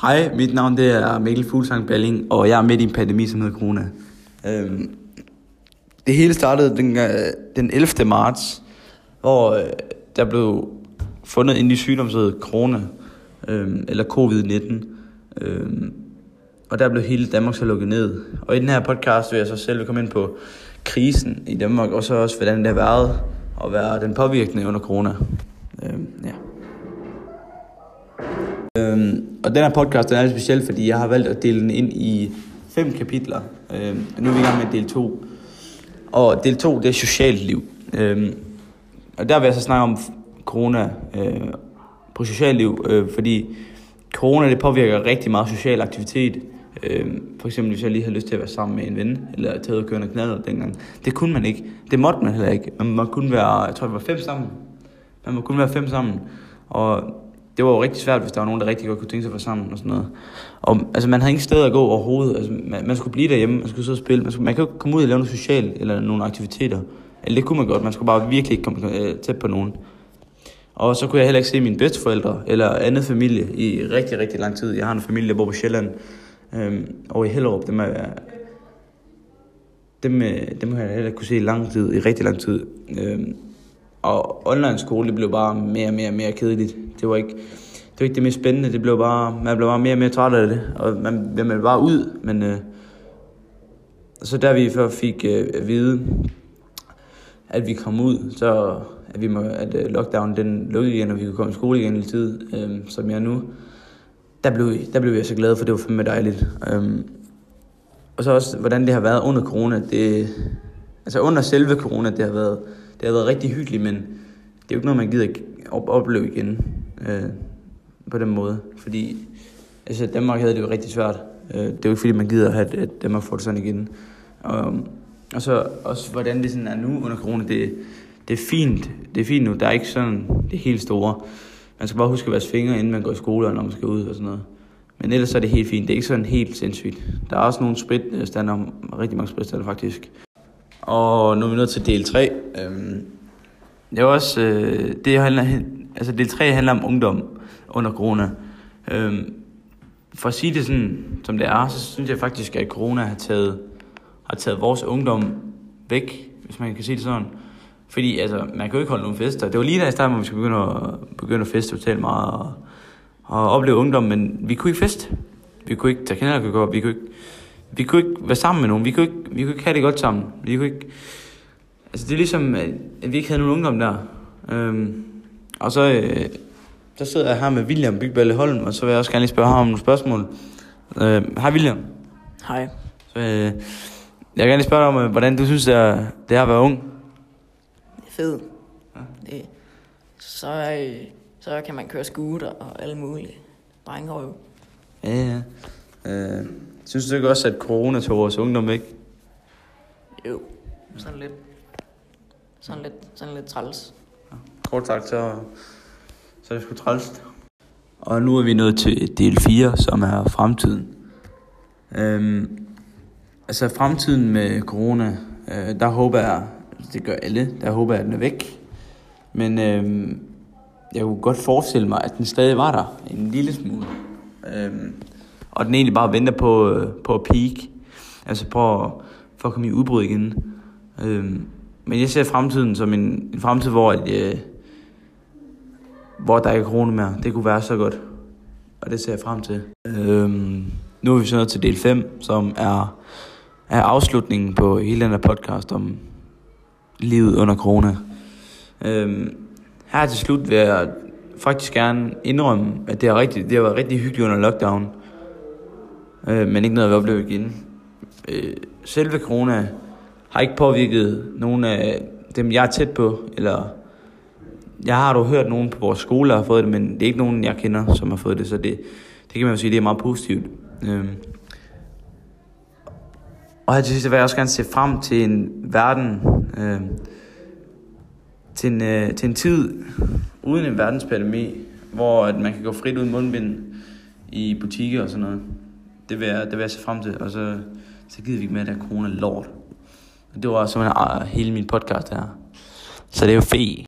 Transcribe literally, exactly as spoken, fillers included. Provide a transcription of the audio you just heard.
Hej, mit navn det er Mikkel Fuglsang Balling, og jeg er midt i en pandemi, som hedder corona. Øhm, det hele startede den, den ellevte marts, hvor øh, der blev fundet en ny sygdom, som hedder corona, øhm, eller covid nitten. Øhm, og der blev hele Danmark så lukket ned. Og i den her podcast vil jeg så selv komme ind på krisen i Danmark, og så også hvordan det har været at være den påvirkende under corona. Øhm, ja. Øhm, og den her podcast den er lidt speciel, fordi jeg har valgt at dele den ind i fem kapitler. Øhm, nu er vi i gang med del to. Og del to, det er socialt liv. Øhm, og der vil jeg så snakke om corona øh, på socialt liv, øh, fordi corona det påvirker rigtig meget social aktivitet. Øh, for eksempel hvis jeg lige har lyst til at være sammen med en ven, eller tage ud og køre noget knalder dengang. Det kunne man ikke. Det måtte man heller ikke. Man må kun være, jeg tror det var fem sammen. Man må kun være fem sammen. Og det var jo rigtig svært, hvis der var nogen, der rigtig godt kunne tænke sig at være sammen og sådan noget. Og altså, man havde ingen sted at gå overhovedet. Altså, man, man skulle blive derhjemme, man skulle sidde og spille. Man, skulle, man kan jo ikke komme ud og lave noget socialt eller nogle aktiviteter. Eller det kunne man godt, man skulle bare virkelig ikke komme øh, tæt på nogen. Og så kunne jeg heller ikke se mine bedsteforældre eller andet familie i rigtig, rigtig lang tid. Jeg har en familie, der bor på Sjælland. Øhm, og i Hellerup, dem, er, dem, dem har jeg heller ikke kunne se i lang tid, i rigtig lang tid. Øhm, Og online skole, det blev bare mere og mere og mere kedeligt. Det var ikke det, var ikke det mest spændende. Det blev bare, man blev bare mere og mere træt af det. Og man ville bare ud. Men øh, så da vi før fik øh, at vide, at vi kom ud, så at, vi må, at øh, lockdown den lukkede igen, og vi kunne komme i skole igen i tid, øh, som jeg er nu. Der blev, der blev jeg så glad, for det var fandme dejligt. Øh, og så også, hvordan det har været under corona. Det, altså under selve corona, det har været... Det har været rigtig hyggeligt, men det er jo ikke noget, man gider op- opleve igen øh, på den måde. Fordi altså, Danmark havde det jo rigtig svært. Øh, det er jo ikke fordi, man gider have, at Danmark får det sådan igen. Og, og så også, hvordan det sådan er nu under corona, det, det er fint. Det er fint nu. Der er ikke sådan det helt store. Man skal bare huske at vaske fingre, inden man går i skole, og når man skal ud og sådan noget. Men ellers så er det helt fint. Det er ikke sådan helt sindssygt. Der er også nogle spritstander, rigtig mange spritstander faktisk. Og nu er vi nået til del tre. Øhm, det er også, øh, det handler, altså del tre handler om ungdom under corona. Øhm, for at sige det sådan, som det er, så synes jeg faktisk, at corona har taget, har taget vores ungdom væk, hvis man kan sige det sådan. Fordi altså, man kan jo ikke holde nogle fester. Det var lige da i starten, hvor vi skulle begynde at, begynde at feste totalt meget og, og opleve ungdom, men vi kunne ikke feste. Vi kunne ikke tage knallerkøkker, vi kunne ikke Vi kunne ikke være sammen med nogen. Vi kunne ikke, vi kunne ikke have det godt sammen. Vi kunne ikke... Altså, det er ligesom, at vi ikke havde nogen ungdom der. Øhm, og så, øh, så sidder jeg her med William Bygballe Holm, og så vil jeg også gerne lige spørge ham om nogle spørgsmål. Øh, hej William. Hej. Så, øh, jeg vil gerne lige spørge dig om, hvordan du synes, det er, det er at være ung. Det er fedt. Ja. Det, så, øh, så kan man køre scooter og alle mulige drengerøv. Ja, ja. Øh, synes du ikke også, at corona tog vores ungdom væk? Jo, sådan lidt. Sådan lidt, sådan lidt træls. Ja. Kort sagt, så, så er det sgu træls. Og nu er vi nået til del fire, som er fremtiden. Øhm, altså fremtiden med corona, øh, der håber jeg, det gør alle, der håber jeg, at den er væk. Men øh, jeg kunne godt forestille mig, at den stadig var der en lille smule. Øh, og den egentlig bare venter på, på at peak. Altså på at, for at komme i udbrud igen. Øh, men jeg ser fremtiden som en, en fremtid, hvor, at, øh, hvor der ikke er corona mere. Det kunne være så godt. Og det ser jeg frem til. Øh, nu er vi så nået til del fem, som er, er afslutningen på hele den her podcast om livet under corona. Øhm, her til slut vil jeg faktisk gerne indrømme, at det har, rigtig, det har været rigtig hyggeligt under lockdown. Øh, men ikke noget, vi oplever igen. Øh, selve corona har ikke påvirket nogen af dem, jeg er tæt på. Eller jeg har dog hørt nogen på vores skole, der har fået det, men det er ikke nogen, jeg kender, som har fået det. Så det, det kan man jo sige, det er meget positivt. Øh, og her til sidst vil jeg også gerne se frem til en verden... Øh, Til en, øh, til en tid uden en verdenspandemi, hvor at man kan gå frit uden mundbind i butikker og sådan noget. Det vil jeg, det vil jeg se frem til, og så, så gider vi ikke med, at der er corona lort. Det var simpelthen hele min podcast her. Så det er jo fedt.